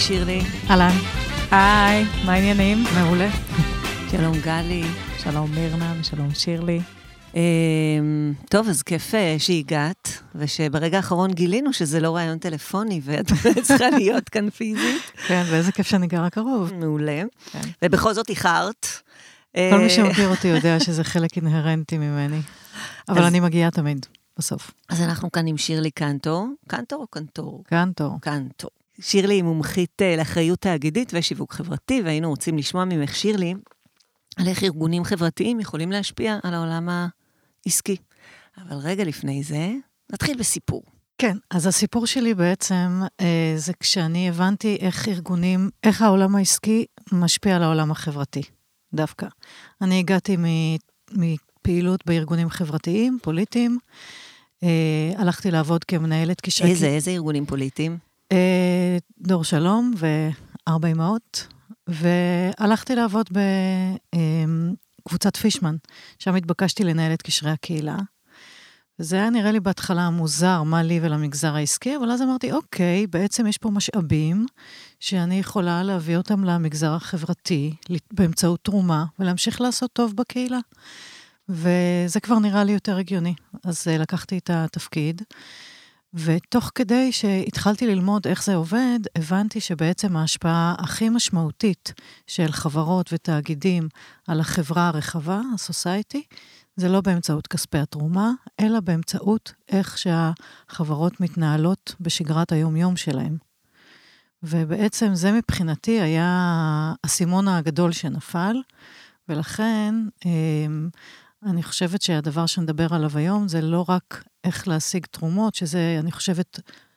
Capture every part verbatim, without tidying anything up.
שירלי. אהלן. היי, מה העניינים? מעולה. שלום גלי. שלום מירנה ושלום שירלי. טוב, אז כיף שהגעת, ושברגע האחרון גילינו שזה לא רעיון טלפוני, ואת צריכה להיות כאן פיזית. כן, ואיזה כיף שאני גרה קרוב. מעולה. ובכל זאת איחרת. כל מי שמכיר אותי יודע שזה חלק אינהרנטי ממני. אבל אני מגיעה תמיד, בסוף. אז אנחנו כאן עם שירלי קנטור. קנטור או קנטור? קנטור. קנטור. שירלי היא מומחית לאחריות תאגידית ושיווק חברתי, והיינו רוצים לשמוע ממך, שירלי, על איך ארגונים חברתיים יכולים להשפיע על העולם העסקי. אבל רגע לפני זה, נתחיל בסיפור. כן, אז הסיפור שלי בעצם, אה, זה כשאני הבנתי איך ארגונים, איך העולם העסקי משפיע על העולם החברתי, דווקא. אני הגעתי מפעילות בארגונים חברתיים, פוליטיים, אה, הלכתי לעבוד כמנהלת קשרי... איזה, איזה ארגונים פוליטיים? אה, דור שלום וארבע אמהות, והלכתי לעבוד בקבוצת פישמן, שם התבקשתי לנהל את קשרי הקהילה, וזה היה נראה לי בהתחלה מוזר, מה לי ולמגזר העסקי, אבל אז אמרתי, אוקיי, בעצם יש פה משאבים, שאני יכולה להביא אותם למגזר החברתי, באמצעות תרומה, ולהמשיך לעשות טוב בקהילה. וזה כבר נראה לי יותר הגיוני. אז לקחתי את התפקיד, ותוך כדי שהתחלתי ללמוד איך זה עובד, הבנתי שבעצם ההשפעה הכי משמעותית של חברות ותאגידים על החברה הרחבה, הסוסייטי, זה לא באמצעות כספי התרומה, אלא באמצעות איך שהחברות מתנהלות בשגרת היום-יום שלהם. ובעצם זה מבחינתי היה הסימון הגדול שנפל, ולכן אני חושבת שהדבר שנדבר עליו היום זה לא רק איך להשיג תרומות, שזה אני חושבת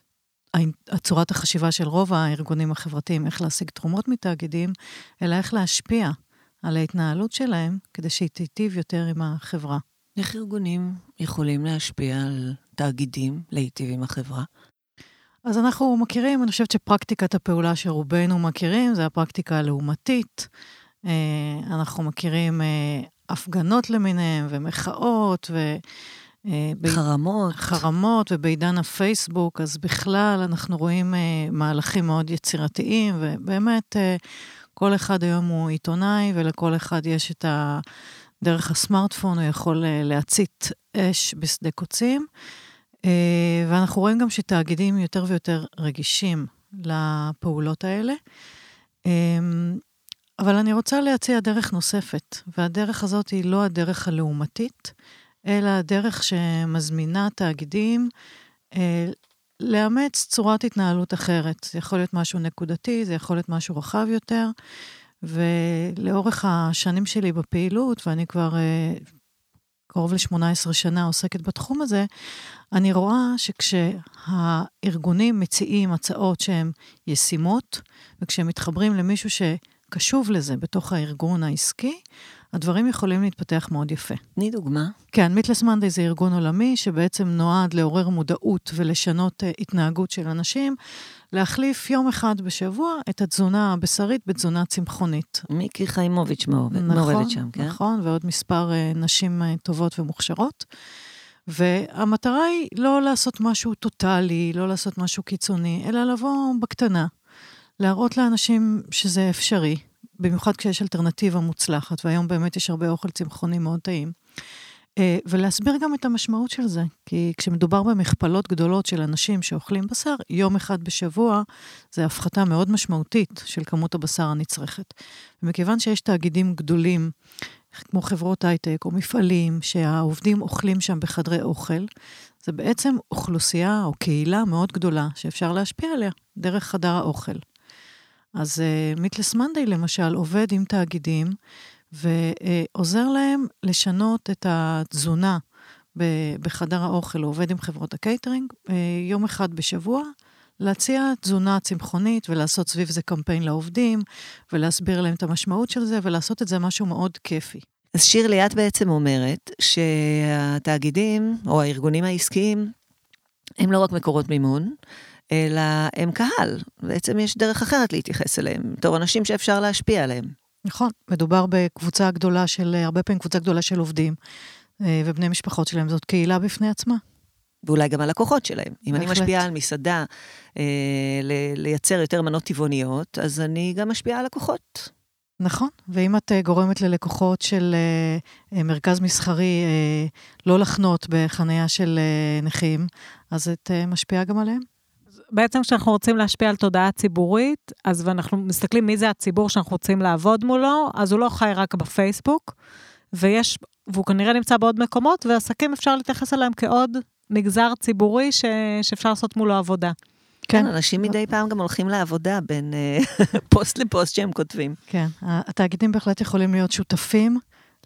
הצורת החשיבה של רוב הארגונים החברתיים, איך להשיג תרומות מתאגידים, אלא איך להשפיע על ההתנהלות שלהם, כדי שהיא תיטיב יותר עם החברה. איך ארגונים יכולים להשפיע על תאגידים, להיטיב עם החברה? אז אנחנו מכירים, אני חושבת שפרקטיקת הפעולה שרובנו מכירים, זה הפרקטיקה הלאומתית. אנחנו מכירים הפגנות למיניהם, ומחאות, ו... חרמות. חרמות, ובעידן הפייסבוק, אז בכלל אנחנו רואים מהלכים מאוד יצירתיים, ובאמת... כל אחד היום הוא עיתונאי, ולכל אחד יש את ה... דרך הסמארטפון, הוא יכול להצית אש בשדה קוצים, ואנחנו רואים גם שתאגידים יותר ויותר רגישים לפעולות האלה, אבל אני רוצה להציע דרך נוספת, והדרך הזאת היא לא הדרך הלאומתית, אלא הדרך שמזמינה תאגידים לאמץ צורת התנהלות אחרת. זה יכול להיות משהו נקודתי, זה יכול להיות משהו רחב יותר, ולאורך השנים שלי בפעילות, ואני כבר uh, קרוב ל-שמונה עשרה שנה עוסקת בתחום הזה, אני רואה שכשהארגונים מציעים הצעות שהן ישימות, וכשהם מתחברים למישהו שקשוב לזה בתוך הארגון העסקי, הדברים יכולים להתפתח מאוד יפה. תני דוגמה. כן, מיטלס מנדי זה ארגון עולמי, שבעצם נועד לעורר מודעות ולשנות uh, התנהגות של אנשים, להחליף יום אחד בשבוע את התזונה הבשרית בתזונה צמחונית. מיקי חיימוביץ' מעובדת נכון, שם, כן? נכון, ועוד מספר uh, נשים uh, טובות ומוכשרות. והמטרה היא לא לעשות משהו טוטלי, לא לעשות משהו קיצוני, אלא לבוא בקטנה, להראות לאנשים שזה אפשרי, במיוחד כשיש אלטרנטיבה מוצלחת, והיום באמת יש הרבה אוכל צמחוני מאוד טעים. ולהסביר גם את המשמעות של זה, כי כשמדובר במכפלות גדולות של אנשים שאוכלים בשר, יום אחד בשבוע, זה הפחתה מאוד משמעותית של כמות הבשר הנצרכת. ומכיוון שיש תאגידים גדולים, כמו חברות הייטק או מפעלים, שהעובדים אוכלים שם בחדרי אוכל, זה בעצם אוכלוסייה או קהילה מאוד גדולה, שאפשר להשפיע עליה דרך חדר האוכל. אז מיטלס מנדי למשל עובד עם תאגידים, ועוזר להם לשנות את התזונה בחדר האוכל, הוא עובד עם חברות הקייטרינג, יום אחד בשבוע, להציע תזונה צמחונית, ולעשות סביב זה קמפיין לעובדים, ולהסביר להם את המשמעות של זה, ולעשות את זה משהו מאוד כיפי. אז שירלי, את בעצם אומרת שהתאגידים, או הארגונים העסקיים, הם לא רק מקורות מימון, אלא הם קהל. בעצם יש דרך אחרת להתייחס אליהם, בתור אנשים שאפשר להשפיע עליהם. נכון, מדובר בקבוצה גדולה של, הרבה פעמים קבוצה גדולה של עובדים, ובני משפחות שלהם, זאת קהילה בפני עצמה. ואולי גם הלקוחות שלהם. אם בהחלט. אני משפיעה על מסעדה אה, ל- לייצר יותר מנות טבעוניות, אז אני גם משפיעה על לקוחות. נכון, ואם את גורמת ללקוחות של uh, מרכז מסחרי uh, לא לחנות בחניה של uh, נכים, אז את uh, משפיעה גם עליהם? בעצם כשאנחנו רוצים להשפיע על תודעה ציבורית, אז ואנחנו מסתכלים מי זה הציבור שאנחנו רוצים לעבוד מולו, אז הוא לא חי רק בפייסבוק, ויש, והוא כנראה נמצא בעוד מקומות, ועסקים אפשר להתייחס אליהם כעוד מגזר ציבורי ש, שאפשר לעשות מולו עבודה. כן, אנשים מדי פעם גם הולכים לעבודה בין פוסט לפוסט שהם כותבים. כן, התאגידים בהחלט יכולים להיות שותפים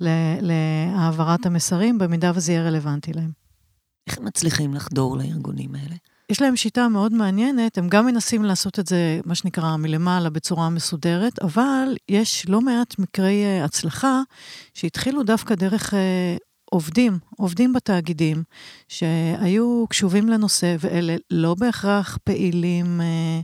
להעברת המסרים, במידה וזה יהיה רלוונטי להם. איך הם מצליחים לחדור לארגונים האלה? יש להם שיטה מאוד מעניינת, הם גם מנסים לעשות את זה, מה שנקרא, מלמעלה בצורה מסודרת, אבל יש לא מעט מקרי הצלחה שהתחילו דווקא דרך עובדים, עובדים בתאגידים, שהיו קשובים לנושא, ואלה לא בהכרח פעילים,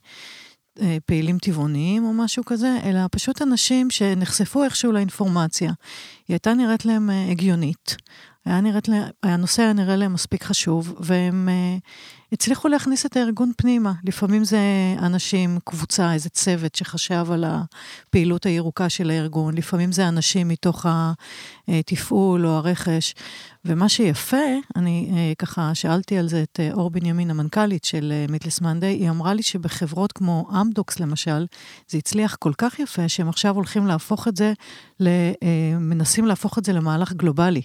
פעילים טבעוניים או משהו כזה, אלא פשוט אנשים שנחשפו איכשהו לאינפורמציה. היא הייתה נראית להם הגיונית, היה נראית לה, הנושא היה נראה להם מספיק חשוב, והם uh, הצליחו להכניס את הארגון פנימה. לפעמים זה אנשים, קבוצה, איזה צוות שחשב על הפעילות הירוקה של הארגון, לפעמים זה אנשים מתוך התפעול או הרכש, ומה שיפה, אני uh, ככה שאלתי על זה את uh, אור בנימין, המנכ"לית של uh, מיטלס מנדי, היא אמרה לי שבחברות כמו אמדוקס למשל, זה הצליח כל כך יפה, שהם עכשיו הולכים להפוך את זה, ל, uh, מנסים להפוך את זה למהלך גלובלי.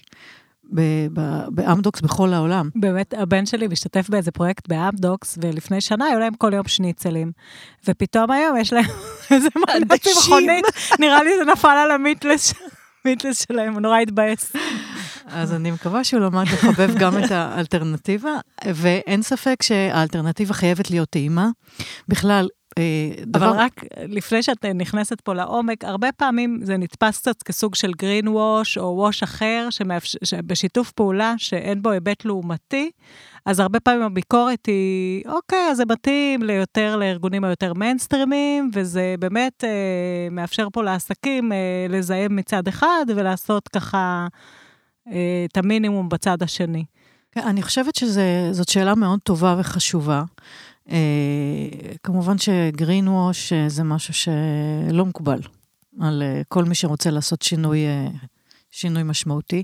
באמדוקס בכל העולם. באמת, הבן שלי משתתף באיזה פרויקט באמדוקס, ולפני שנה היו להם כל יום שניצלים. ופתאום היום יש להם איזה מנה צמחונית. נראה לי זה נפל על המיטלס שלהם, הוא נורא התבאס. אז אני מקווה שהוא למד לחבב גם את האלטרנטיבה, ואין ספק שהאלטרנטיבה חייבת להיות טעימה. בכלל, אבל רק לפני שאת נכנסת פה לעומק, הרבה פעמים זה נתפס קצת כסוג של גרין ווש או ווש אחר, שבשיתוף פעולה שאין בו היבט לעומתי, אז הרבה פעמים הביקורת היא, אוקיי, אז זה מתאים ליותר, לארגונים היותר מיינסטרימים, וזה באמת אה, מאפשר פה לעסקים אה, לזהם מצד אחד, ולעשות ככה אה, את המינימום בצד השני. אני חושבת שזאת שאלה מאוד טובה וחשובה, Uh, כמובן שגרין ווש uh, זה משהו שלא מקובל על uh, כל מי שרוצה לעשות שינוי, uh, שינוי משמעותי.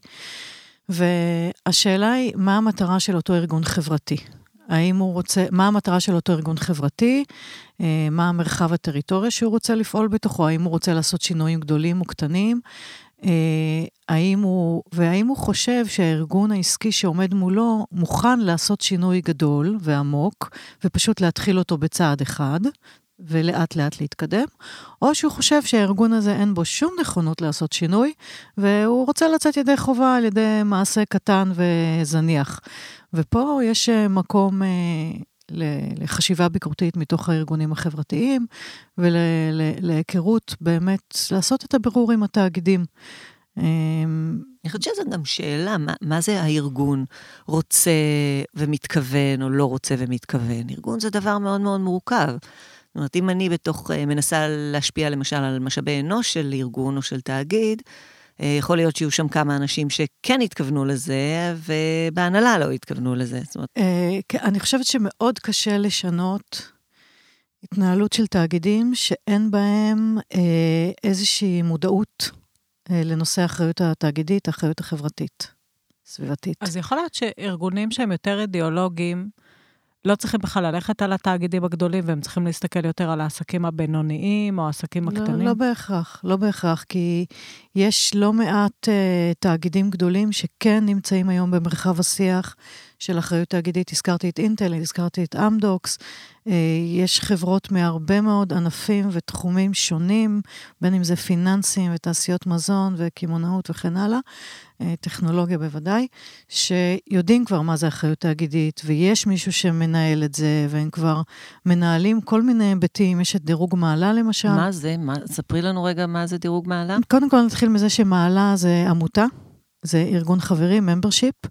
והשאלה היא, מה המטרה של אותו ארגון חברתי? האם הוא רוצה, מה המטרה של אותו ארגון חברתי? Uh, מה המרחב הטריטוריה שהוא רוצה לפעול בתוכו? האם הוא רוצה לעשות שינויים גדולים או קטנים? Uh, האם הוא, והאם הוא חושב שהארגון העסקי שעומד מולו מוכן לעשות שינוי גדול ועמוק, ופשוט להתחיל אותו בצעד אחד, ולאט לאט להתקדם, או שהוא חושב שהארגון הזה אין בו שום נכונות לעשות שינוי, והוא רוצה לצאת ידי חובה על ידי מעשה קטן וזניח. ופה יש מקום לחשיבה ביקורתית מתוך הארגונים החברתיים, ולהיכרות באמת, לעשות את הבירור עם התאגידים. אני חושבת שזו גם שאלה, מה, מה זה הארגון רוצה ומתכוון, או לא רוצה ומתכוון? ארגון זה דבר מאוד מאוד מורכב. זאת אומרת, אם אני בתוך, מנסה להשפיע למשל על משאבי אנוש של ארגון או של תאגיד, יכול להיות שיהיו שם כמה אנשים שכן התכוונו לזה, ובהנהלה לא התכוונו לזה. זאת אומרת... אני חושבת שמאוד קשה לשנות התנהלות של תאגידים שאין בהם איזושהי מודעות לנושא האחריות התאגידית, האחריות החברתית, סביבתית. אז יכול להיות שארגונים שהם יותר אידיאולוגיים, לא צריכים בכלל ללכת על התאגידים הגדולים, והם צריכים להסתכל יותר על העסקים הבינוניים, או העסקים הקטנים? לא, לא בהכרח, לא בהכרח, כי יש לא מעט uh, תאגידים גדולים, שכן נמצאים היום במרחב השיח של אחריות תאגידית. הזכרתי את אינטל, הזכרתי את אמדוקס, uh, יש חברות מהרבה מאוד ענפים ותחומים שונים, בין אם זה פיננסים ותעשיות מזון וכימונאות וכן הלאה, טכנולוגיה בוודאי, שיודעים כבר מה זה אחריות תאגידית, ויש מישהו שמנהל את זה, והם כבר מנהלים כל מיני היבטים, יש את דירוג מעלה למשל. מה זה? מה, ספרי לנו רגע מה זה דירוג מעלה. קודם כל נתחיל מזה שמעלה זה עמותה, זה ארגון חברים, membership,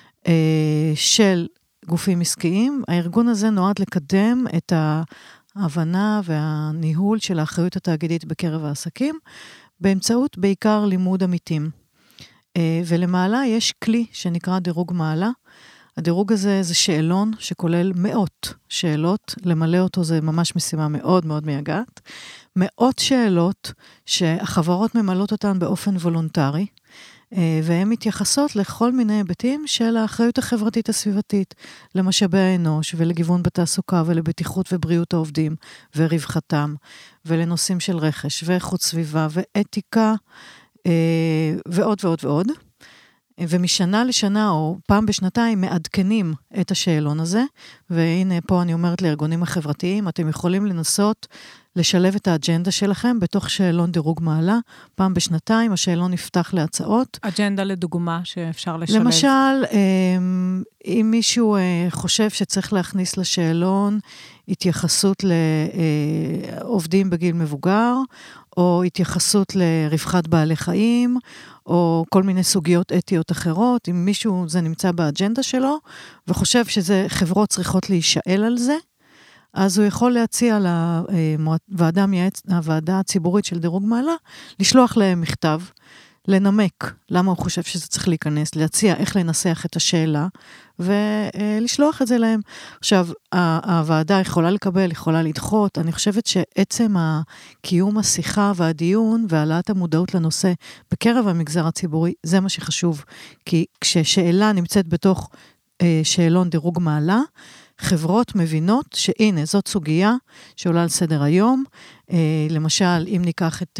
של גופים עסקיים. הארגון הזה נועד לקדם את ההבנה והניהול של האחריות התאגידית בקרב העסקים, באמצעות בעיקר לימוד עמיתים. ולמעלה יש כלי שנקרא דירוג מעלה. הדירוג הזה זה שאלון שכולל מאות שאלות, למלא אותו זה ממש משימה מאוד מאוד מייגעת, מאות שאלות שהחברות ממלאות אותן באופן וולונטרי, והן מתייחסות לכל מיני היבטים של האחריות החברתית הסביבתית, למשאבי האנוש ולגיוון בתעסוקה ולבטיחות ובריאות העובדים ורווחתם, ולנושאים של רכש ואיכות סביבה ואתיקה ועוד ועוד ועוד. ומשנה לשנה או פעם בשנתיים מעדכנים את השאלון הזה, והנה פה אני אומרת לארגונים החברתיים, אתם יכולים לנסות לשלב את האג'נדה שלכם בתוך שאלון דירוג מעלה, פעם בשנתיים השאלון נפתח להצעות. אג'נדה לדוגמה שאפשר לשלב. למשל, אם מישהו חושב שצריך להכניס לשאלון התייחסות לעובדים בגיל מבוגר, או התייחסות לרווחת בעלי חיים, או כל מיני סוגיות אתיות אחרות, אם מישהו זה נמצא באג'נדה שלו, וחושב שזה חברות צריכות להישאל על זה, אז הוא יכול להציע לוועדה המייעצ... הוועדה הציבורית של דירוג מעלה, לשלוח להם מכתב, לנמק למה הוא חושב שזה צריך להיכנס, להציע איך לנסח את השאלה, ולשלוח את זה להם. עכשיו, הוועדה יכולה לקבל, יכולה לדחות, אני חושבת שעצם קיום השיחה והדיון, והעלאת המודעות לנושא בקרב המגזר הציבורי, זה מה שחשוב, כי כששאלה נמצאת בתוך שאלון דירוג מעלה, חברות מבינות שהנה, זאת סוגיה שעולה על סדר היום, למשל, אם ניקח את...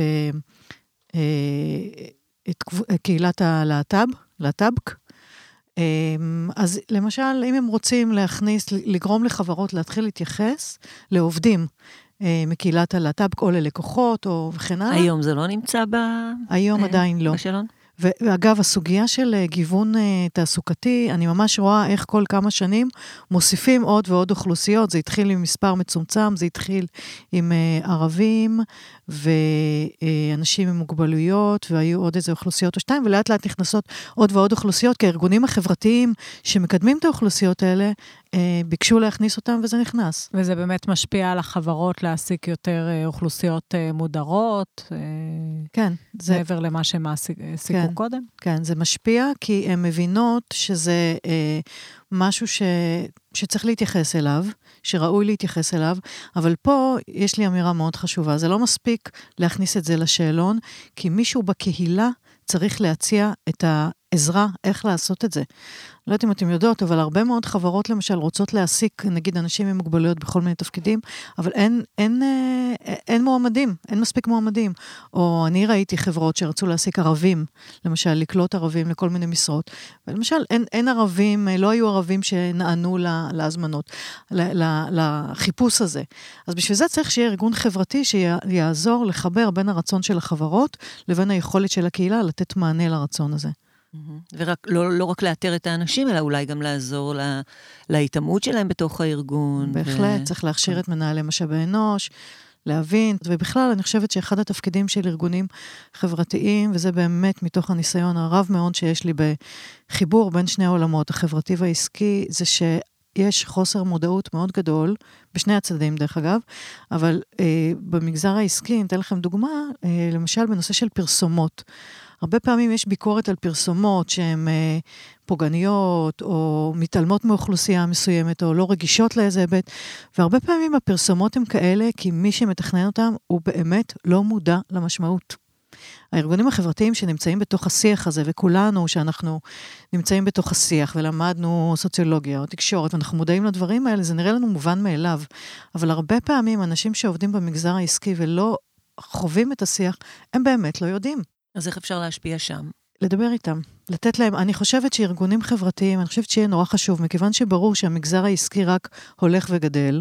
את קהילת הלהט"ב, להט"בק. אז למשל, אם הם רוצים להכניס, לגרום לחברות להתחיל להתייחס לעובדים מקהילת הלהט"בק, או ללקוחות, או וכן הלאה. היום זה לא נמצא ב... היום עדיין לא. בשאלון? ואגב, הסוגיה של גיוון תעסוקתי, אני ממש רואה איך כל כמה שנים מוסיפים עוד ועוד אוכלוסיות, זה התחיל עם מספר מצומצם, זה התחיל עם ערבים ואנשים עם מוגבלויות, והיו עוד איזה אוכלוסיות או שתיים, ולאט לאט נכנסות עוד ועוד אוכלוסיות, כי הארגונים החברתיים שמקדמים את האוכלוסיות האלה, ביקשו להכניס אותם וזה נכנס. וזה באמת משפיע על החברות להעסיק יותר אוכלוסיות מודרות, כן, זה... מעבר למה שהם העסיקו כן, קודם? כן, זה משפיע, כי הן מבינות שזה אה, משהו ש... שצריך להתייחס אליו, שראוי להתייחס אליו, אבל פה יש לי אמירה מאוד חשובה, זה לא מספיק להכניס את זה לשאלון, כי מישהו בקהילה צריך להציע את העזרה, איך לעשות את זה. לא יודעת אם אתם יודעות, אבל הרבה מאוד חברות למשל רוצות להעסיק, נגיד, אנשים עם מוגבלויות בכל מיני תפקידים, אבל אין, אין, אין, אין מועמדים, אין מספיק מועמדים. או אני ראיתי חברות שרצו להעסיק ערבים, למשל, לקלוט ערבים לכל מיני משרות. ולמשל, אין, אין ערבים, לא היו ערבים שנענו לה, להזמנות, לה, לחיפוש הזה. אז בשביל זה צריך שיהיה ארגון חברתי שיעזור לחבר בין הרצון של החברות, לבין היכולת של הקהילה לתת מענה לרצון הזה. ורק, לא, לא רק לאתר את האנשים, אלא אולי גם לעזור לה, להתאמות שלהם בתוך הארגון. בהחלט, ו... צריך להכשיר את מנהלי משאבי אנוש, להבין, ובכלל אני חושבת שאחד התפקידים של ארגונים חברתיים, וזה באמת מתוך הניסיון הרב מאוד שיש לי בחיבור בין שני העולמות, החברתי והעסקי, זה שיש חוסר מודעות מאוד גדול, בשני הצדדים דרך אגב, אבל אה, במגזר העסקי, אני אתן לכם דוגמה, אה, למשל בנושא של פרסומות, הרבה פעמים יש ביקורת על פרסומות שהן אה, פוגעניות, או מתעלמות מאוכלוסייה מסוימת, או לא רגישות לאיזה היבט, והרבה פעמים הפרסומות הן כאלה, כי מי שמתכנן אותם, הוא באמת לא מודע למשמעות. הארגונים החברתיים שנמצאים בתוך השיח הזה, וכולנו שאנחנו נמצאים בתוך השיח, ולמדנו סוציולוגיה או תקשורת, ואנחנו מודעים לדברים האלה, זה נראה לנו מובן מאליו. אבל הרבה פעמים אנשים שעובדים במגזר העסקי ולא חווים את השיח, הם באמת לא יודעים. אז איך אפשר להשפיע שם? לדבר איתם, לתת להם. אני חושבת שארגונים חברתיים, אני חושבת שיהיה נורא חשוב, מכיוון שברור שהמגזר העסקי רק הולך וגדל,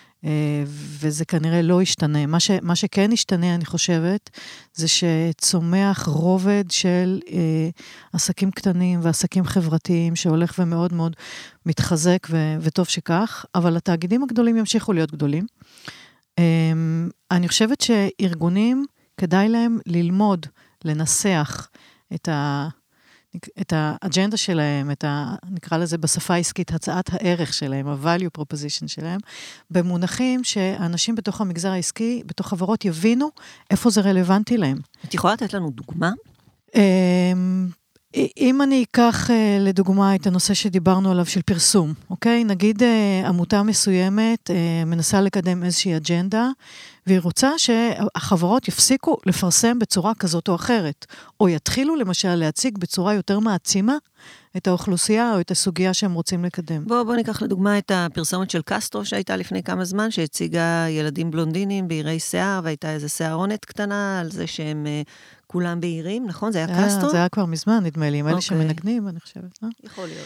וזה כנראה לא ישתנה. מה, ש, מה שכן ישתנה, אני חושבת, זה שצומח רובד של אה, עסקים קטנים ועסקים חברתיים, שהולך ומאוד מאוד מתחזק, ו, וטוב שכך, אבל התאגידים הגדולים ימשיכו להיות גדולים. אה, אני חושבת שארגונים, כדאי להם ללמוד, לנסח את ה... את האג'נדה שלהם, את ה, נקרא לזה בשפה העסקית, הצעת הערך שלהם, ה-value proposition שלהם, במונחים שאנשים בתוך המגזר העסקי, בתוך חברות יבינו איפה זה רלוונטי להם. את יכולה לתת לנו דוגמה? אם אני אקח לדוגמה את הנושא שדיברנו עליו של פרסום, אוקיי? נגיד עמותה מסוימת מנסה לקדם איזושהי אג'נדה, והיא רוצה שהחברות יפסיקו לפרסם בצורה כזאת או אחרת, או יתחילו למשל להציג בצורה יותר מעצימה את האוכלוסייה או את הסוגיה שהם רוצים לקדם. בואו בוא ניקח לדוגמה את הפרסומת של קסטרו שהייתה לפני כמה זמן, שהציגה ילדים בלונדינים בעירי שיער, והייתה איזו שערונת קטנה על זה שהם כולם בעירים, נכון? זה היה קסטרו? זה היה כבר מזמן, נדמה לי, עם אלה שמנגנים, אני חושבת. יכול להיות.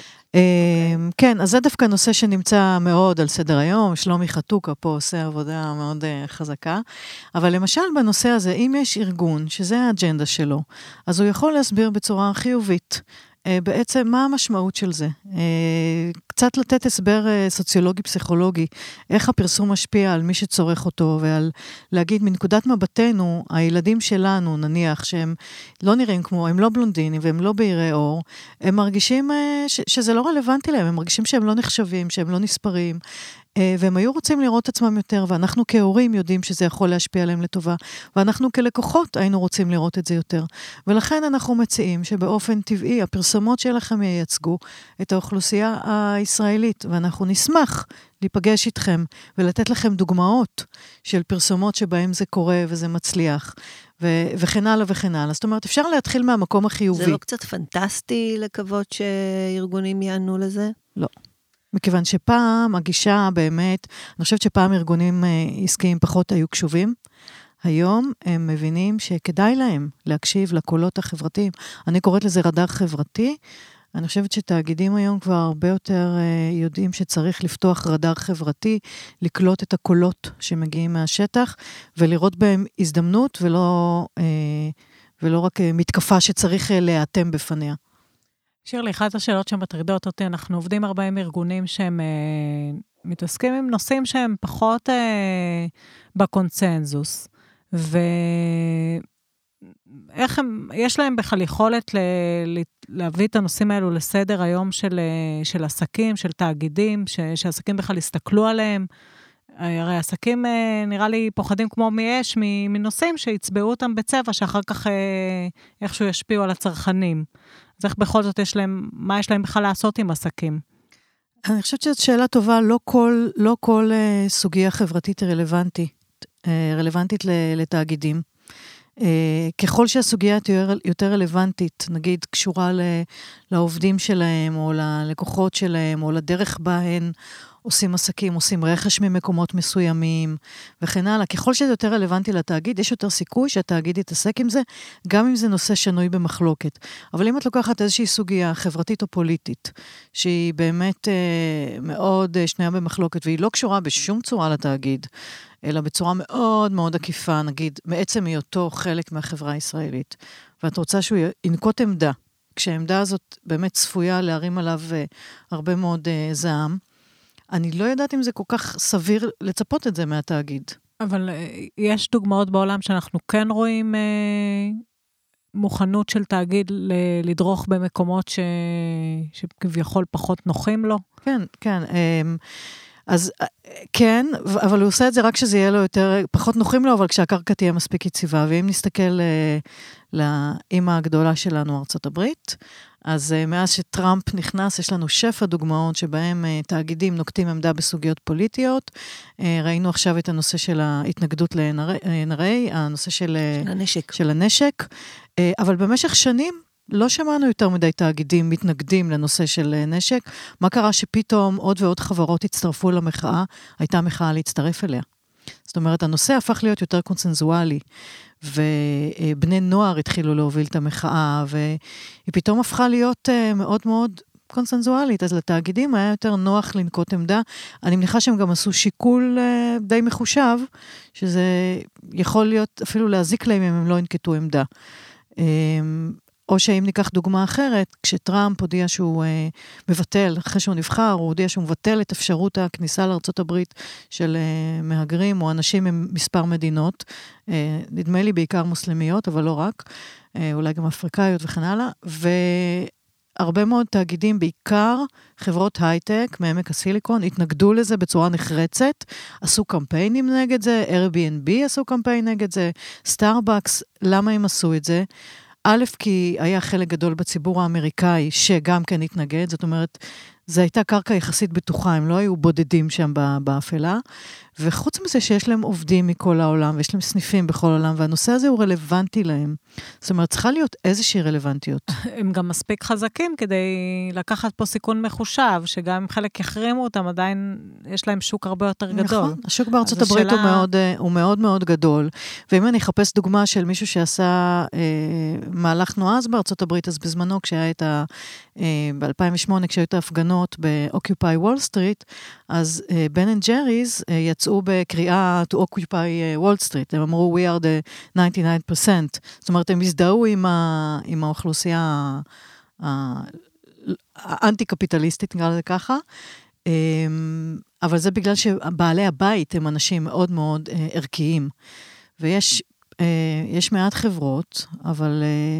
כן, אז זה דווקא נושא שנמצא מאוד על סדר היום, שלומי חתוקה פה עושה עבודה מאוד חזקה, אבל למשל בנושא הזה, אם יש ארגון, שזה האג'נדה שלו, אז הוא יכול להסביר בצורה חיובית, בעצם מה המשמעות של זה? קצת לתת הסבר סוציולוגי-פסיכולוגי, איך הפרסום משפיע על מי שצורך אותו, ועל להגיד מנקודת מבטנו, הילדים שלנו, נניח, שהם לא נראים כמו, הם לא בלונדינים, והם לא בעירי אור, הם מרגישים ש- שזה לא רלוונטי להם, הם מרגישים שהם לא נחשבים, שהם לא נספרים, והם היו רוצים לראות עצמם יותר, ואנחנו כהורים יודעים שזה יכול להשפיע עליהם לטובה, ואנחנו כלקוחות היינו רוצים לראות את זה יותר. ולכן אנחנו מציעים שבאופן טבעי הפרסומות שלכם ייצגו את האוכלוסייה הישראלית, ואנחנו נשמח להיפגש איתכם ולתת לכם דוגמאות של פרסומות שבהם זה קורה וזה מצליח, ו- וכן הלאה וכן הלאה. זאת אומרת, אפשר להתחיל מהמקום החיובי. זה לא קצת פנטסטי לקוות שארגונים יענו לזה? לא. מכיוון שפעם הגישה באמת, אני חושבת שפעם ארגונים עסקיים פחות היו קשובים, היום הם מבינים שכדאי להם להקשיב לקולות החברתיים. אני קוראת לזה רדאר חברתי, אני חושבת שתאגידים היום כבר הרבה יותר יודעים שצריך לפתוח רדאר חברתי, לקלוט את הקולות שמגיעים מהשטח, ולראות בהם הזדמנות ולא, ולא רק מתקפה שצריך להיאטם בפניה. שירלי, אחת השאלות שמטרידות אותי, אנחנו עובדים הרבה עם ארגונים שהם אה, מתעסקים עם נושאים שהם פחות אה, בקונצנזוס, ואיך הם, יש להם בכלל יכולת ל, ל, להביא את הנושאים האלו לסדר היום של, של עסקים, של תאגידים, ש, שעסקים בכלל יסתכלו עליהם, הרי עסקים נראה לי פוחדים כמו מאש, מנושאים שיצבעו אותם בצבע, שאחר כך איכשהו ישפיעו על הצרכנים. אז איך בכל זאת יש להם, מה יש להם בכלל לעשות עם עסקים? אני חושבת שזאת שאלה טובה, לא כל, לא כל uh, סוגיה חברתית רלוונטית, uh, רלוונטית לתאגידים. Uh, ככל שהסוגיה יותר, יותר רלוונטית, נגיד קשורה ל, לעובדים שלהם, או ללקוחות שלהם, או לדרך בהן, עושים עסקים, עושים רכש ממקומות מסוימים, וכן הלאה. ככל שזה יותר רלוונטי לתאגיד, יש יותר סיכוי שהתאגיד יתעסק עם זה, גם אם זה נושא שנוי במחלוקת. אבל אם את לוקחת איזושהי סוגיה חברתית או פוליטית, שהיא באמת אה, מאוד אה, שנויה במחלוקת, והיא לא קשורה בשום צורה לתאגיד, אלא בצורה מאוד מאוד עקיפה, נגיד, מעצם היותו חלק מהחברה הישראלית, ואת רוצה שהוא ינקוט עמדה, כשהעמדה הזאת באמת צפויה להרים עליו אה, הרבה מאוד אה, זעם, אני לא יודעת אם זה כל כך סביר לצפות את זה מהתאגיד. אבל יש דוגמאות בעולם שאנחנו כן רואים אה, מוכנות של תאגיד ל- לדרוך במקומות ש... שכביכול פחות נוחים לו? כן, כן. אה, אז כן, אבל הוא עושה את זה רק שזה יהיה לו יותר, פחות נוחים לו, אבל כשהקרקע תהיה מספיק יציבה. ואם נסתכל אה, לאמא הגדולה שלנו, ארצות הברית, אז uh, מאז שטראמפ נכנס, יש לנו שפע דוגמאות שבהם uh, תאגידים נוקטים עמדה בסוגיות פוליטיות. Uh, ראינו עכשיו את הנושא של ההתנגדות ל-אן אר איי, הנושא של, של הנשק. של הנשק. Uh, אבל במשך שנים לא שמענו יותר מדי תאגידים מתנגדים לנושא של uh, נשק. מה קרה שפתאום עוד ועוד חברות הצטרפו למחאה, הייתה מחאה להצטרף אליה. זאת אומרת, הנושא הפך להיות יותר קונסנזואלי, ובני נוער התחילו להוביל את המחאה, והיא פתאום הפכה להיות מאוד מאוד קונסנזואלית, אז לתאגידים היה יותר נוח לנקוט עמדה. אני מניחה שהם גם עשו שיקול די מחושב, שזה יכול להיות אפילו להזיק להם אם הם לא ינקטו עמדה. או שאם ניקח דוגמה אחרת, כשטראמפ הודיע שהוא אה, מבטל, אחרי שהוא נבחר, הוא הודיע שהוא מבטל את אפשרות הכניסה לארצות הברית של אה, מהגרים או אנשים ממספר מדינות, אה, נדמה לי בעיקר מוסלמיות, אבל לא רק, אה, אולי גם אפריקאיות וכן הלאה, והרבה מאוד תאגידים, בעיקר חברות הייטק מעמק הסיליקון, התנגדו לזה בצורה נחרצת, עשו קמפיינים נגד זה, Airbnb עשו קמפיין נגד זה, סטארבקס, למה הם עשו את זה? א', כי היה חלק גדול בציבור האמריקאי, שגם כן התנגד, זאת אומרת, זו הייתה קרקע יחסית בטוחה, הם לא היו בודדים שם באפלה, וחוץ מזה שיש להם עובדים מכל העולם, ויש להם סניפים בכל העולם, והנושא הזה הוא רלוונטי להם. זאת אומרת, צריכה להיות איזושהי רלוונטיות. הם גם מספיק חזקים כדי לקחת פה סיכון מחושב, שגם אם חלק יחרימו אותם, עדיין יש להם שוק הרבה יותר גדול. נכון, השוק בארצות הברית השאלה... הוא, מאוד, הוא מאוד מאוד גדול, ואם אני אחפש דוגמה של מישהו שעשה אה, מהלך נועז בארצות הברית, אז בזמנו כשהיה את ה... אה, ב-אלפיים ושמונה, כשהיו את ההפגנות ב-Occupy Wall Street, אז בן אנד ג'ריז יצאו בקריאה to Occupy Wall Street, הם אמרו, we are the ninety-nine percent, זאת אומרת, הם הזדהו עם, ה, עם האוכלוסייה האנטי-קפיטליסטית, נקרא לזה ככה, אבל זה בגלל שבעלי הבית הם אנשים מאוד מאוד ערכיים, ויש יש מעט חברות, אבל,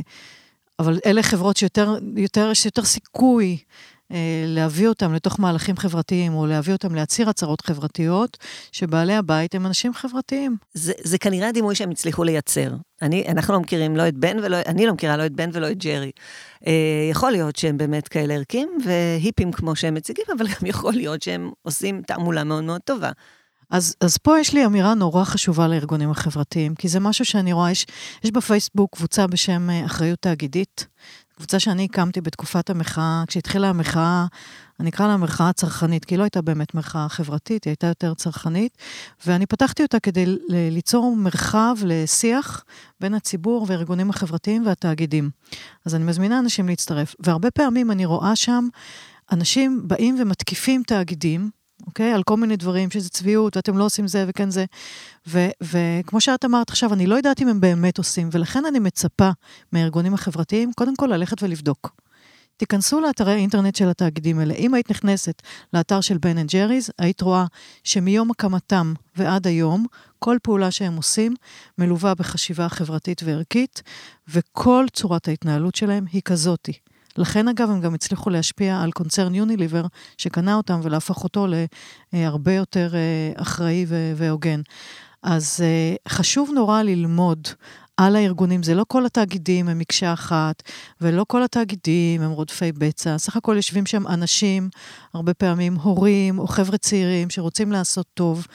אבל אלה חברות שיותר, יותר, יש יותר סיכוי, להביא אותם לתוך מהלכים חברתיים, או להביא אותם להצהיר הצהרות חברתיות, שבעלי הבית הם אנשים חברתיים. זה, זה כנראה הדימוי שהם הצליחו לייצר. אני, אנחנו לא מכירים לא את בן ולא, אני לא מכירה לא את בן ולא את ג'רי. אה, יכול להיות שהם באמת כאלה ערכים, והיפים כמו שהם מציגים, אבל גם יכול להיות שהם עושים תעמולה מאוד מאוד טובה. אז, אז פה יש לי אמירה נורא חשובה לארגונים החברתיים, כי זה משהו שאני רואה, יש, יש בפייסבוק קבוצה בשם אחריות תאגידית, קבוצה שאני הקמתי בתקופת המחאה, כשהתחילה המחאה, אני אקרא לה מחאה צרכנית, כי היא לא הייתה באמת מחאה חברתית, היא הייתה יותר צרכנית, ואני פתחתי אותה כדי ליצור מרחב לשיח בין הציבור והארגונים החברתיים והתאגידים. אז אני מזמינה אנשים להצטרף, והרבה פעמים אני רואה שם, אנשים באים ומתקיפים תאגידים, אוקיי? על כל מיני דברים, שזה צביעות, ואתם לא עושים זה וכן זה. ו- וכמו שאת אמרת עכשיו, אני לא יודעת אם הם באמת עושים, ולכן אני מצפה מהארגונים החברתיים, קודם כל ללכת ולבדוק. תיכנסו לאתרי האינטרנט של התאגידים האלה. אם היית נכנסת לאתר של בן אנד ג'ריז, היית רואה שמיום הקמתם ועד היום, כל פעולה שהם עושים מלווה בחשיבה חברתית וערכית, וכל צורת ההתנהלות שלהם היא כזאתי. לכן אגב הם גם הצליחו להשפיע על קונצרן יוניליבר שקנה אותם ולהפוך אותו להרבה יותר אחראי והוגן. אז חשוב נורא ללמוד על הארגונים, זה לא כל התאגידים הם מקשה אחת, ולא כל התאגידים הם רודפי בצע, סך הכל יושבים שם אנשים, הרבה פעמים הורים או חבר'ה צעירים שרוצים לעשות טוב,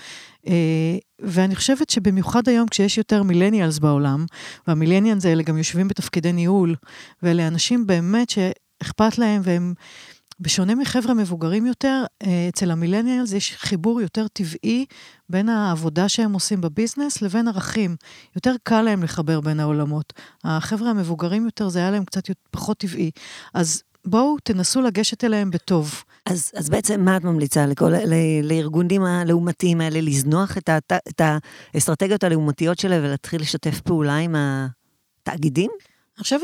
ואני חושבת שבמיוחד היום כשיש יותר מילניאלס בעולם, והמילניאלס האלה גם יושבים בתפקידי ניהול, ואלה אנשים באמת שאכפת להם, והם בשונה מחבר'ה מבוגרים יותר, אצל המילניאלס יש חיבור יותר טבעי בין העבודה שהם עושים בביזנס לבין ערכים. יותר קל להם לחבר בין העולמות. החבר'ה המבוגרים יותר זה היה להם קצת פחות טבעי. אז בואו תנסו לגשת אליהם בטוב. אז, אז בעצם מה את ממליצה לכל, ל, לארגונים הלאומתיים האלה, לזנוח את, הת, את האסטרטגיות הלאומתיות שלהם ולהתחיל לשתף פעולה עם התאגידים? אני חושבת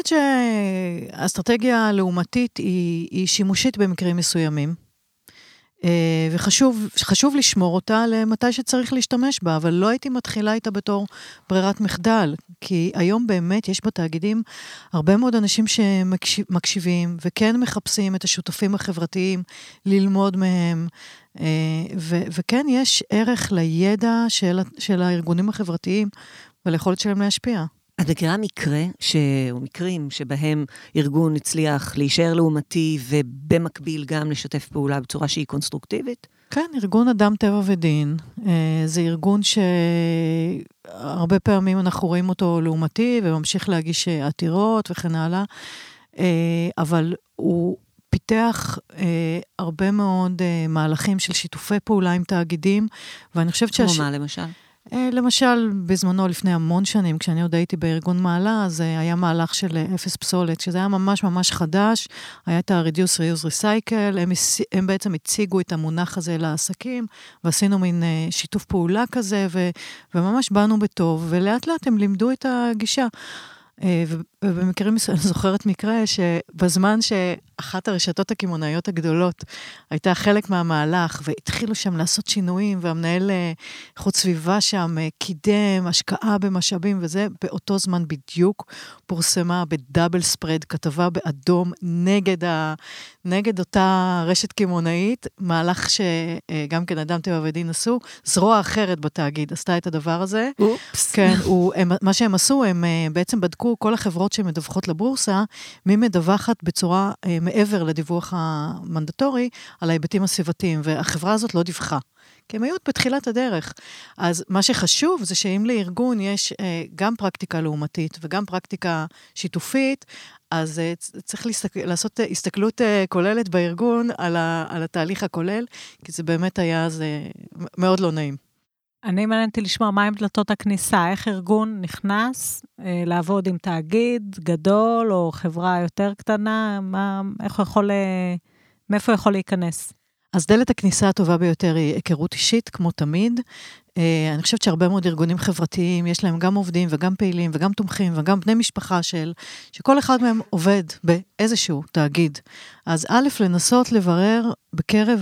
שהאסטרטגיה הלאומתית היא, היא שימושית במקרים מסוימים, וחשוב חשוב לשמור אותה למתי שצריך להשתמש בה, אבל לא הייתי מתחילה איתה בתור ברירת מחדל, כי היום באמת יש בתאגידים הרבה מאוד אנשים שמקשיבים, וכן מחפשים את השותפים החברתיים, ללמוד מהם, ו- וכן יש ערך לידע של, של הארגונים החברתיים, וליכולת שלהם להשפיע. את מכירה מקרה, שהוא מקרים שבהם ארגון הצליח להישאר לעומתי, ובמקביל גם לשתף פעולה בצורה שהיא קונסטרוקטיבית? כן, ארגון אדם טבע ודין. זה ארגון שהרבה פעמים אנחנו רואים אותו לעומתי, וממשיך להגיש עתירות וכן הלאה, אבל הוא פיתח הרבה מאוד מהלכים של שיתופי פעולה עם תאגידים, ואני חושבת כמו מה למשל? למשל, בזמנו, לפני המון שנים, כשאני עוד הייתי בארגון מעלה, אז היה מהלך של אפס פסולת, שזה היה ממש ממש חדש, היה את ה-Reduce, Reuse, Recycle, הם, הם בעצם הציגו את המונח הזה לעסקים, ועשינו מין שיתוף פעולה כזה, ו, וממש באנו בטוב, ולאט לאט הם לימדו את הגישה. ובמקרים, אני זוכרת מקרה שבזמן שאחת הרשתות הכימונאיות הגדולות הייתה חלק מהמהלך, והתחילו שם לעשות שינויים, והמנהל חוץ סביבה שם קידם, השקעה במשאבים, וזה באותו זמן בדיוק פורסמה בדאבל ספרד, כתבה באדום נגד, ה, נגד אותה רשת כימונאית, מהלך שגם כן אדם טבע ודין עשו, זרוע אחרת בתאגיד עשתה את הדבר הזה. אופס. כן, הוא, הם, מה שהם עשו, הם בעצם בדקו כל החברות החברות שמדווחות לבורסה, מי מדווחת בצורה אה, מעבר לדיווח המנדטורי על ההיבטים הסביבתיים, והחברה הזאת לא דיווחה. כי הם היו בתחילת הדרך. אז מה שחשוב זה שאם לארגון יש אה, גם פרקטיקה לעומתית וגם פרקטיקה שיתופית, אז אה, צריך להסתכל, לעשות הסתכלות אה, כוללת בארגון על, ה, על התהליך הכולל, כי זה באמת היה זה מאוד לא נעים. אני מעניינתי לשמוע מה עם דלתות הכניסה, איך ארגון נכנס אה, לעבוד עם תאגיד גדול או חברה יותר קטנה, מה, איך הוא יכול, אה, מאיפה הוא יכול להיכנס? אז דלת הכניסה הטובה ביותר היא היכרות אישית, כמו תמיד. אני חושבת שהרבה מאוד ארגונים חברתיים, יש להם גם עובדים וגם פעילים וגם תומכים וגם בני משפחה של, שכל אחד מהם עובד באיזשהו תאגיד. אז א', לנסות לברר בקרב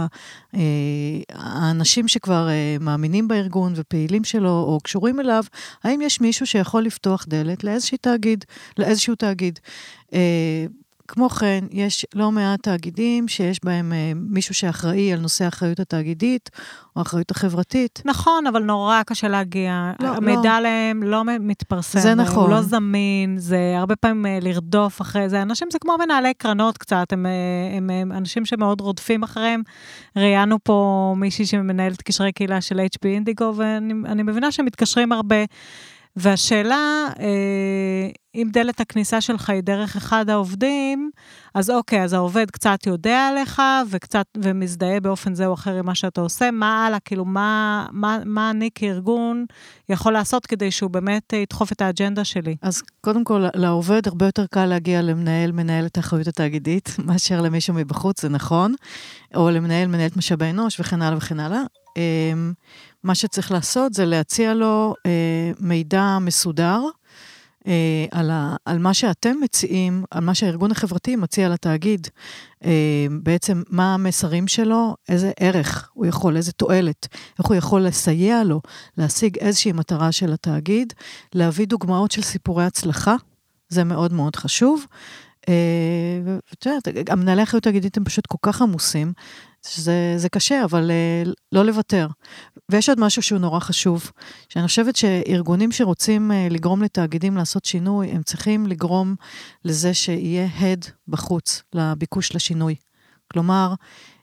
האנשים שכבר מאמינים בארגון ופעילים שלו או קשורים אליו, האם יש מישהו שיכול לפתוח דלת לאיזשהו תאגיד, לאיזשהו תאגיד. כמו כן, יש לא מעט תאגידים שיש בהם אה, מישהו שאחראי על נושא האחריות התאגידית, או האחריות החברתית. נכון, אבל נורא קשה להגיע. לא, המידע לא. להם לא מתפרסם. זה נכון. הוא לא זמין, זה הרבה פעמים אה, לרדוף אחרי זה. אנשים זה כמו מנהלי קרנות קצת, הם, הם, הם אנשים שמאוד רודפים אחריהם. ראיינו פה מישהי שמנהלת קשרי קהילה של אייץ' פי אינדיגו, ואני מבינה שהם מתקשרים הרבה. והשאלה, אם דלת הכניסה שלך היא דרך אחד העובדים, אז אוקיי, אז העובד קצת יודע עליך, וקצת, ומזדהה באופן זה או אחר עם מה שאתה עושה, מה הלאה, כאילו, מה, מה, מה אני כארגון יכול לעשות כדי שהוא באמת ידחוף את האג'נדה שלי? אז קודם כל, לעובד הרבה יותר קל להגיע למנהל, מנהל את האחריות התאגידית, מאשר למישהו מבחוץ, זה נכון, או למנהל, מנהלת משאבי אנוש, וכן הלאה וכן הלאה. מה שצריך לעשות זה להציע לו אה, מידע מסודר אה, על, ה, על מה שאתם מציעים, על מה שהארגון החברתי מציע לתאגיד. אה, בעצם מה המסרים שלו, איזה ערך הוא יכול, איזה תועלת, איך הוא יכול לסייע לו, להשיג איזושהי מטרה של התאגיד, להביא דוגמאות של סיפורי הצלחה, זה מאוד מאוד חשוב. ואתה יודעת, המנהלי האחריות התאגידית הם פשוט כל כך עמוסים, שזה זה קשה, אבל לא לוותר. ויש עוד משהו שהוא נורא חשוב, שאני חושבת שארגונים שרוצים לגרום לתאגידים לעשות שינוי, הם צריכים לגרום לזה שיהיה הד בחוץ, לביקוש לשינוי. כלומר,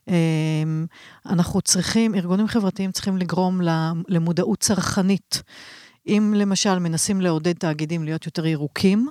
אנחנו צריכים, ארגונים חברתיים צריכים לגרום למודעות צרכנית. אם למשל מנסים לעודד תאגידים להיות יותר ירוקים,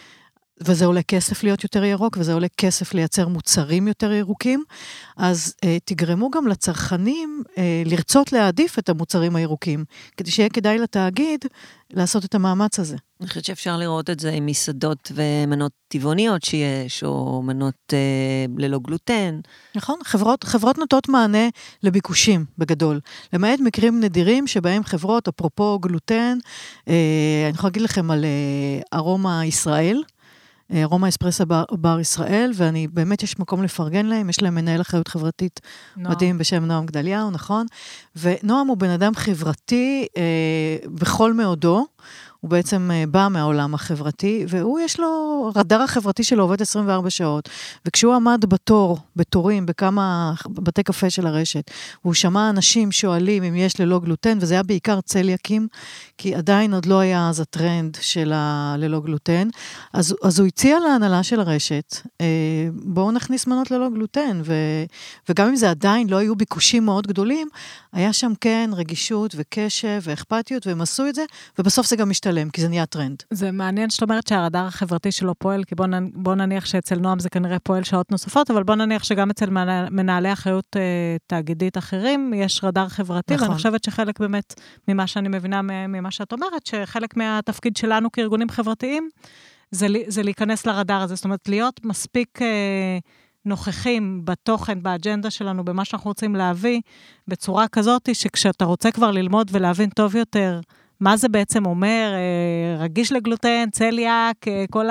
וזה עולה כסף להיות יותר ירוק, וזה עולה כסף לייצר מוצרים יותר ירוקים, אז אה, תגרמו גם לצרכנים אה, לרצות להעדיף את המוצרים הירוקים, כדי שיהיה כדאי לתאגיד לעשות את המאמץ הזה. אני חושבת שאפשר לראות את זה עם מסעדות ומנות טבעוניות שיש, או מנות אה, ללא גלוטן. נכון, חברות, חברות נותות מענה לביקושים בגדול, למעט מקרים נדירים שבהם חברות, אפרופו גלוטן, אה, אני יכולה להגיד לכם על אה, ארומה ישראל, רומא אספרסה בר, בר ישראל, ואני באמת יש מקום לפרגן להם, יש להם מנהל אחריות חברתית נועם. מדהים בשם נועם גדליהו, נכון? ונועם הוא בן אדם חברתי אה, בכל מאודו, הוא בעצם בא מהעולם החברתי, והוא יש לו, רדאר החברתי שלו עובד עשרים וארבע שעות, וכשהוא עמד בתור, בתורים, בכמה בתי קפה של הרשת, והוא שמע אנשים שואלים אם יש ללא גלוטן, וזה היה בעיקר צליאקים, כי עדיין עוד לא היה אז הטרנד של הללא גלוטן, אז, אז הוא הציע להנהלה של הרשת, בואו נכניס מנות ללא גלוטן, ו, וגם אם זה עדיין לא היו ביקושים מאוד גדולים, היה שם כן רגישות וקשב ואכפתיות, והם עשו את זה, ובסוף זה גם משתלם, כי זה נהיה טרנד. זה מעניין שאת אומרת שהרדאר החברתי שלו פועל, כי בוא, בוא נניח שאצל נועם זה כנראה פועל שעות נוספות, אבל בוא נניח שגם אצל מנהלי אחריות אה, תאגידית אחרים, יש רדאר חברתי, נכון. ואני חושבת שחלק באמת, ממה שאני מבינה, ממה שאת אומרת, שחלק מהתפקיד שלנו כארגונים חברתיים, זה, זה להיכנס לרדאר הזה, זאת אומרת, להיות מספיק אה, נוכחים בתוכן, באג'נדה שלנו, במה שאנחנו רוצים להביא, בצורה כזאת, שכשאתה רוצה כבר ללמוד ולהבין טוב יותר, מה זה בעצם אומר, רגיש לגלוטן, צליאק, כל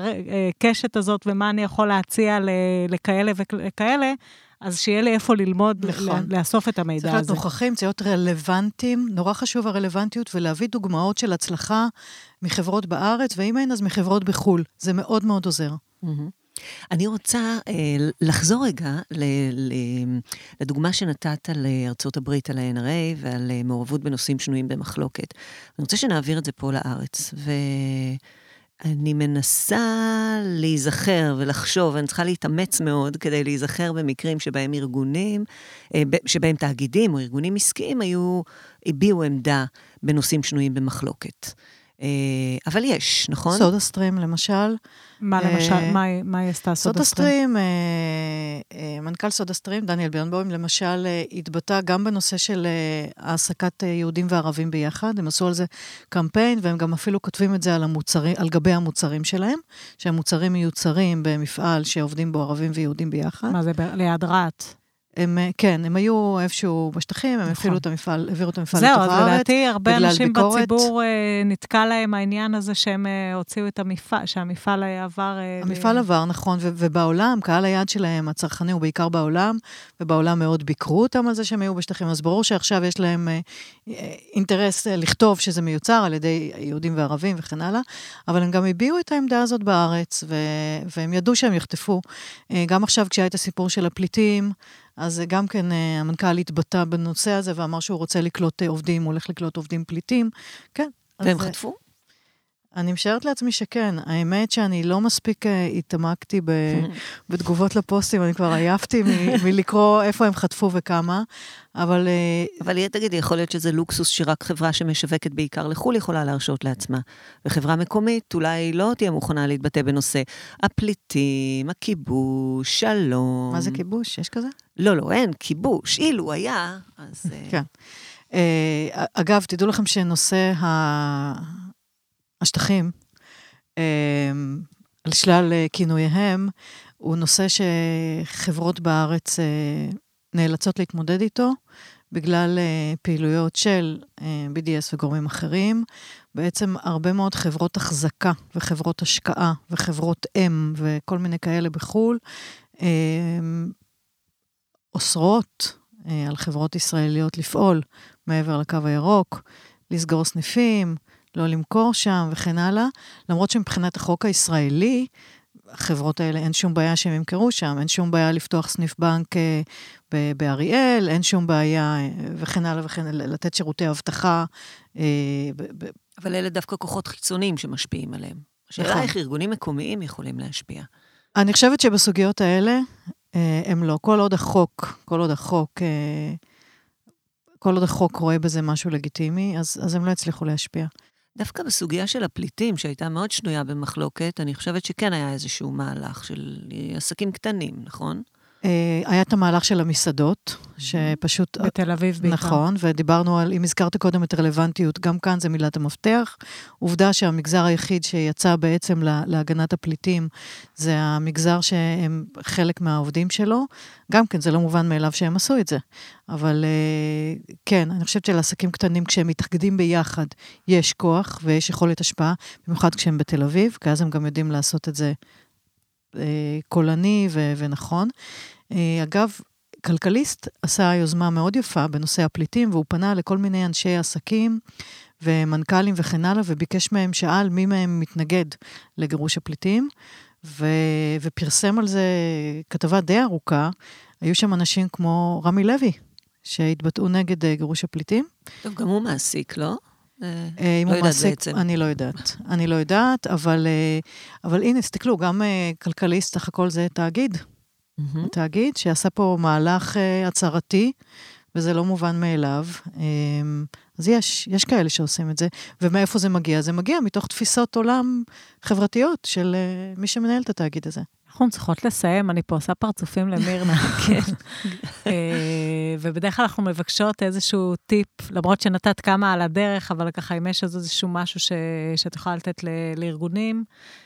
הקשת הזאת, ומה אני יכול להציע לכאלה וכאלה, אז שיהיה לי איפה ללמוד, נכון. לאסוף את המידע הזה. צריך להיות נוכחים, צריך להיות רלוונטיים, נורא חשוב הרלוונטיות, ולהביא דוגמאות של הצלחה מחברות בארץ, ואם אין אז מחברות בחול. זה מאוד מאוד עוזר. אני רוצה אה, לחזור רגע ל, ל, לדוגמה שנתת על ארצות הברית, על ה-אן אר איי ועל מעורבות בנושאים שנויים במחלוקת. אני רוצה שנעביר את זה פה לארץ. אני מנסה להיזכר ולחשוב, אני צריכה להתאמץ מאוד כדי להיזכר במקרים שבהם ארגונים, שבהם תאגידים או ארגונים עסקיים היו, הביעו עמדה בנושאים שנויים במחלוקת. אבל יש, נכון? סודה סטרים, למשל. מה למשל, מה היא עשתה סודה סטרים? סודה סטרים, מנכ"ל סודה סטרים, דניאל בירנבוים, למשל, התבטא גם בנושא של העסקת יהודים וערבים ביחד, הם עשו על זה קמפיין, והם גם אפילו כותבים את זה על המוצרים, על גבי המוצרים שלהם, שהמוצרים מיוצרים במפעל שעובדים בו ערבים ויהודים ביחד. מה זה, ליד רעת? הם, כן, הם היו איפשהו בשטחים, הם הפעילו את המפעל, העבירו את המפעל לתוך הארץ. זהו, אז לדעתי הרבה אנשים בציבור נתקע להם העניין הזה שהם הוציאו את המפעל, שהמפעל עבר... המפעל עבר, נכון, ובעולם, קהל היד שלהם, הצרכני הוא בעיקר בעולם, ובעולם מאוד ביקרו אותם על זה שהם היו בשטחים, אז ברור שעכשיו יש להם אינטרס לכתוב שזה מיוצר על ידי יהודים וערבים וכן הלאה, אבל הם גם הביעו את העמדה הזאת בארץ, והם ידעו שהם יחטפו. גם עכשיו כשהיה את הסיפור של הפליטים, אז גם כן המנכ"ל התבטא בנושא הזה, ואמר שהוא רוצה לקלוט עובדים, הוא הולך לקלוט עובדים פליטים. כן. והם חטפו? אני משערת לעצמי שכן. האמת שאני לא מספיק התעמקתי בתגובות לפוסטים, אני כבר עייפתי מלקרוא איפה הם חטפו וכמה, אבל... אבל תגידי, יכול להיות שזה לוקסוס שרק חברה שמשווקת בעיקר לחול יכולה להרשות לעצמה, וחברה מקומית אולי לא תהיה מוכנה להתבטא בנושא הפליטים, הכיבוש, שלום. מה זה כיבוש? יש כזה? לא, לא, אין, כיבוש. אילו היה, אז... כן. אגב, תדעו לכם שנושא השטחים, על שלל כינוייהם, הוא נושא שחברות בארץ נאלצות להתמודד איתו, בגלל פעילויות של בי די אס וגורמים אחרים. בעצם הרבה מאוד חברות החזקה וחברות השקעה וחברות אם וכל מיני כאלה בחול, אוסרות על חברות ישראליות לפעול מעבר לקו הירוק, לסגור סניפים, לא למכור שם וכן הלאה, למרות שמבחינת החוק הישראלי, החברות האלה אין שום בעיה שהם ימכרו שם, אין שום בעיה לפתוח סניף בנק באריאל, אין שום בעיה וכן הלאה וכן הלאה, לתת שירותי הבטחה. אבל אלה דווקא כוחות חיצוניים שמשפיעים עליהם. השאלה איך ארגונים מקומיים יכולים להשפיע. אני חושבת שבסוגיות האלה, הם לא. כל עוד החוק, כל עוד החוק, כל עוד החוק רואה בזה משהו לגיטימי, אז, אז הם לא הצליחו להשפיע. דווקא בסוגיה של הפליטים, שהייתה מאוד שנויה במחלוקת, אני חושבת שכן היה איזשהו מהלך של עסקים קטנים, נכון? היה את המהלך של המסעדות, שפשוט... בתל אביב בעיקר. נכון, ודיברנו על, אם הזכרת קודם את רלוונטיות, גם כאן זה מילת המפתח. עובדה שהמגזר היחיד שיצא בעצם להגנת הפליטים, זה המגזר שהם חלק מהעובדים שלו. גם כן, זה לא מובן מאליו שהם עשו את זה. אבל כן, אני חושבת שלעסקים קטנים, כשהם מתאגדים ביחד, יש כוח ויש יכולת השפעה, במיוחד כשהם בתל אביב, כי אז הם גם יודעים לעשות את זה קולני ו- ונכון. אגב, כלכליסט עשה יוזמה מאוד יפה בנושא הפליטים, והוא פנה לכל מיני אנשי עסקים ומנכ"לים וכן הלאה, וביקש מהם, שאל מי מהם מתנגד לגירוש הפליטים, ו- ופרסם על זה כתבה די ארוכה. היו שם אנשים כמו רמי לוי, שהתבטאו נגד גירוש הפליטים. טוב, גם הוא מעסיק, לא? אם הוא מעסיק, אני לא יודעת. אני לא יודעת, אבל, אבל הנה, תסתכלו, גם כלכליסט, סך הכל זה תאגיד. תאגיד שעשה פה מהלך הצהרתי, וזה לא מובן מאליו. אז יש, יש כאלה שעושים את זה. ומאיפה זה מגיע? זה מגיע מתוך תפיסות עולם חברתיות של מי שמנהל את התאגיד הזה. אנחנו צריכות לסיים, אני פה עושה פרצופים למירנה. כן. ובדרך כלל אנחנו מבקשות איזשהו טיפ, למרות שנתת כמה על הדרך, אבל ככה אם יש איזשהו משהו שאת יכולה לתת לארגונים,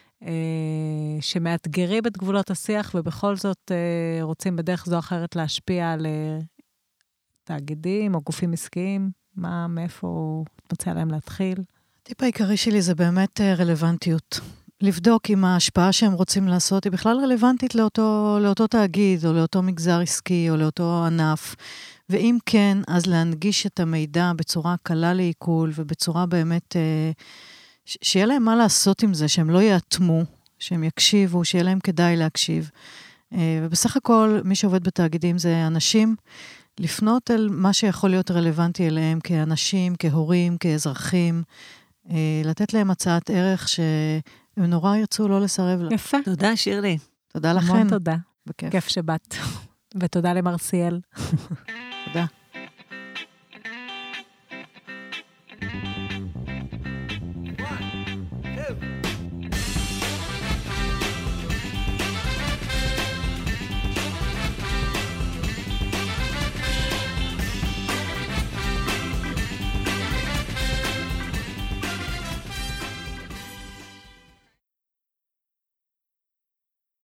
שמאתגרים את גבולות השיח, ובכל זאת רוצים בדרך זו אחרת להשפיע על תאגידים או גופים עסקיים, מה, מאיפה את מציעה להם להתחיל? הטיפ העיקרי שלי זה באמת רלוונטיות. לבדוק אם ההשפעה שהם רוצים לעשות היא בכלל רלוונטית לאותו, לאותו תאגיד, או לאותו מגזר עסקי, או לאותו ענף. ואם כן, אז להנגיש את המידע בצורה קלה לעיכול, ובצורה באמת, ש- שיהיה להם מה לעשות עם זה, שהם לא יאטמו, שהם יקשיבו, שיהיה להם כדאי להקשיב. ובסך הכל, מי שעובד בתאגידים זה אנשים, לפנות אל מה שיכול להיות רלוונטי אליהם, כאנשים, כהורים, כאזרחים, לתת להם הצעת ערך הם נורא ירצו לא לסרב לה. יפה. תודה, שירלי. תודה לכן. המון תודה. בכיף. כיף שבאת. ותודה למרסיאל. תודה.